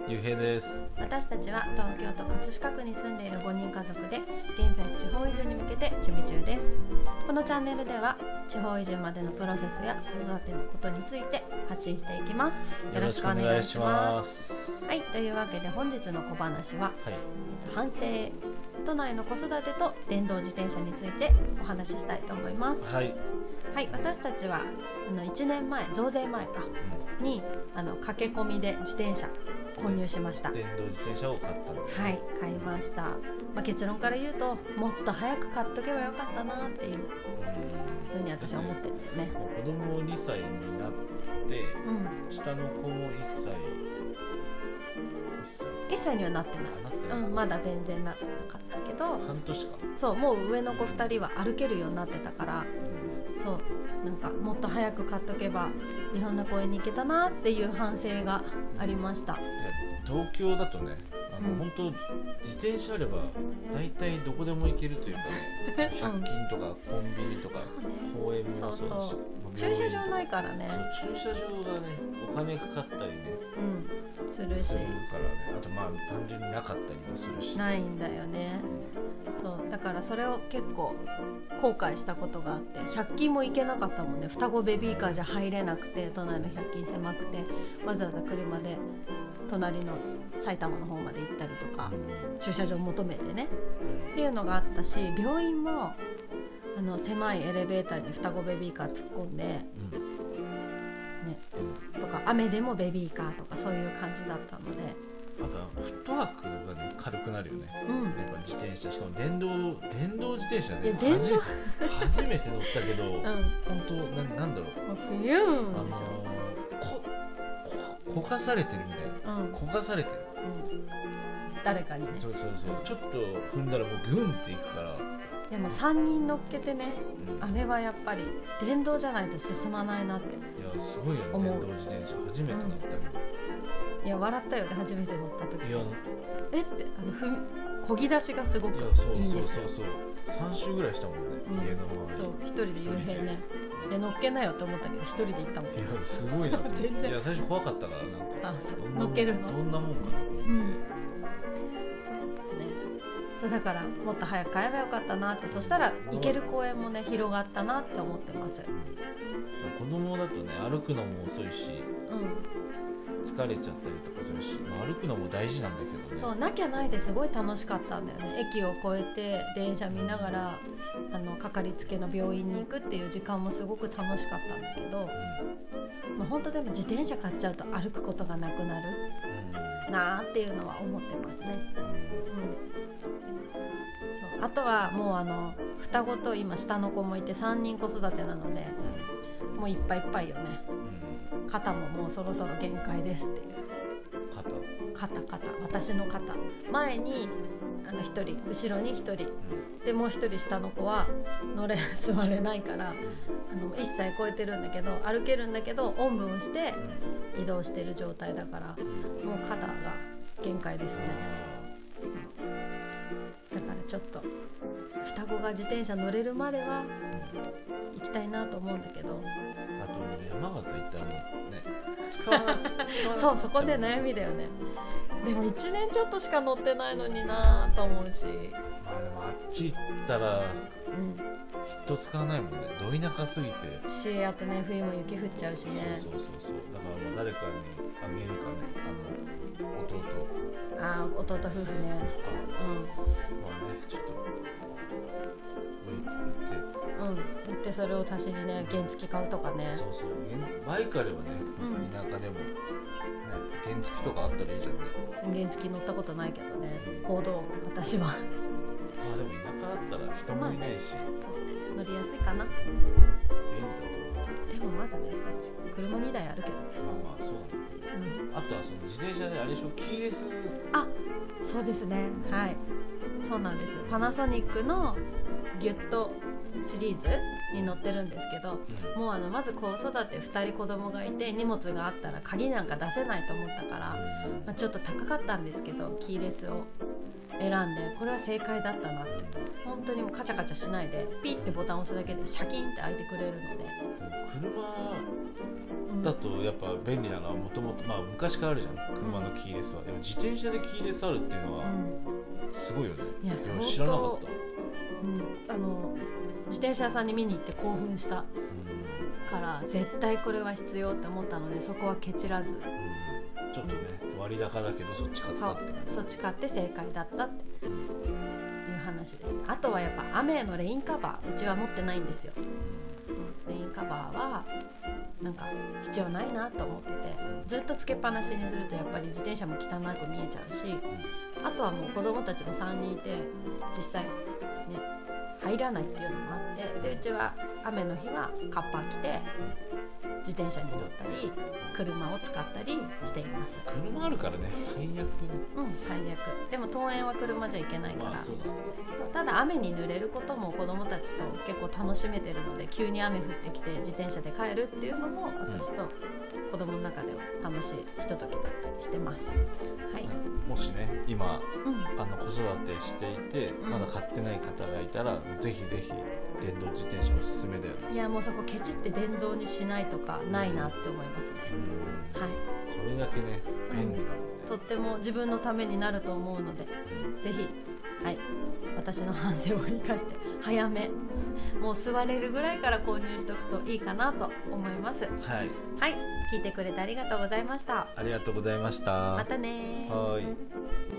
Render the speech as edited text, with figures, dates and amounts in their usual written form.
ゆうへいです。 私たちは東京都葛飾区に住んでいる5人家族で、現在地方移住に向けて準備中です。このチャンネルでは地方移住までのプロセスや子育てのことについて発信していきます。よろしくお願いします。はい、というわけで本日の小話は、反省、都内の子育てと電動自転車についてお話ししたいと思います。 はい、 私たちは1年前、増税前かに駆け込みで自転車購入しました。 電動自転車を買ったんで、 はい、買いました。結論から言うと、もっと早く買っとけばよかったなっていうふうに私は思ってるんだよね。 子供2歳になって、下の子も1歳にはなってない。まだ全然なってなかったけど、 半年か。 そう、もう上の子2人は歩けるようになってたから、そうなんかもっと早く買っとけばいろんな公園に行けたなっていう反省がありました。 東京だとね、本当自転車あれば大体どこでも行けるというかね、100均とかコンビニとか、公園もそうだし、 駐車場ないからね。 そう、駐車場がねお金かかったりね、 するし、 からね、あと単純になかったりもするし、 ないんだよね。そうだからそれを結構後悔したことがあって、100均も行けなかったもんね。双子ベビーカーじゃ入れなくて、都内の100均狭くて、わざわざ車で隣の埼玉の方まで行ったりとか、駐車場求めてね、っていうのがあったし、病院も狭いエレベーターに双子ベビーカー突っ込んで、とか雨でもベビーカーとかそういう感じだったので、 あとフットワークがね軽くなるよね。やっぱ自転車、しかも電動自転車ね、初めて乗ったけど、本当なんだろう、 冬でしょ、 こがされてるみたいな、こがされてる、 誰かにね。 そうちょっと踏んだらもうグンっていくから。 いや、もう3人乗っけてね、あれはやっぱり電動じゃないと進まないなって。 いや、すごいよね、電動自転車初めて乗ったけど、 いや、笑ったよね、初めて乗った時。 いや、 って漕ぎ出しがすごくいいんですよ。 そう3周ぐらいしたもんね、家の周り。 そう、一人で幽閉ね。いや、乗っけなよって思ったけど一人で行ったもん。 いや、すごいな全然。 いや、最初怖かったから、 乗っけるのどんなもんかな。 そうですね。そうだからもっと早く買えばよかったなって。そしたら行ける公園もね広がったなって思ってます。 子供だとね、歩くのも遅いし、疲れちゃったりとかするし、歩くのも大事なんだけどね。 そう、なきゃないですごい楽しかったんだよね。駅を越えて電車見ながらかかりつけの病院に行くっていう時間もすごく楽しかったんだけど、本当でも自転車買っちゃうと歩くことがなくなるなーっていうのは思ってますね。そう、あとはもう双子と今下の子もいて3人子育てなので、もういっぱいいっぱいよね。肩ももうそろそろ限界ですっていう。肩私の肩、前に1人、後ろに1人、でもう1人下の子は座れないから1歳超えてるんだけど、歩けるんだけどおんぶをして移動してる状態だから、もう肩が限界ですね。だからちょっと双子が自転車乗れるまでは行きたいなと思うんだけど、 あと山形行ったらもうね、使わなそう、そこで悩みだよね。でも1年ちょっとしか乗ってないのになと思うし、 でもあっち行ったら、きっと使わないもんね、ど田舎すぎて。 あとね、冬も雪降っちゃうしね。 そうだから誰かにあげるかね、弟夫婦ねとか、ちょっと売ってそれを足しにね、原付買うとかね。 そうバイクあればね、田舎でも、原付とかあったらいいじゃんね。 原付乗ったことないけどね、公道、私は。 でも田舎だったら人もいないし、 そうね、乗りやすいかな。 便利だと思う。 でもまずね、うち車2台あるけどね。 そうなんだけど、あとはその自転車であれでしょ、キーレス。 そうですね、はい、そうなんです。パナソニックのギュッとシリーズに乗ってるんですけど、もうまず子育て2人子供がいて、荷物があったら鍵なんか出せないと思ったから、ちょっと高かったんですけどキーレスを選んで、これは正解だったなって。本当にもうカチャカチャしないでピッてボタンを押すだけでシャキンって開いてくれるので。 車だとやっぱ便利なのはもともと昔からあるじゃん、車のキーレスは。でも自転車でキーレスあるっていうのはすごいよね。 いや相当知らなかった。 自転車屋さんに見に行って興奮したから絶対これは必要って思ったので、そこはケチらず、 ちょっとね割高だけどそっち買ったって感じ。 そっち買って正解だったっていう話ですね。あとはやっぱ雨のレインカバーうちは持ってないんですよ。レインカバーはなんか必要ないなと思ってて、ずっとつけっぱなしにするとやっぱり自転車も汚く見えちゃうし、あとはもう子供たちも3人いて実際ね入らないっていうのもあって、でうちは雨の日はカッパ着て自転車に乗ったり車を使ったりしています。 車あるからね最悪ね。 最悪。でも登園は車じゃいけないから、 そうだね。 ただ雨に濡れることも子供たちと結構楽しめてるので、急に雨降ってきて自転車で帰るっていうのも私と子供の中では楽しいひとときだったりしてます。はい、 もしね今、子育てしていてまだ買ってない方がいたら、ぜひぜひ電動自転車おすすめだよね。 いやもうそこケチって電動にしないとかないなって思いますね。はい、 それだけね便利だもんね。 とっても自分のためになると思うので、ぜひ私の反省を生かして早めもう座れるぐらいから購入しておくといいかなと思います。はい、聞いてくれてありがとうございました。 ありがとうございました。 またね。 はい。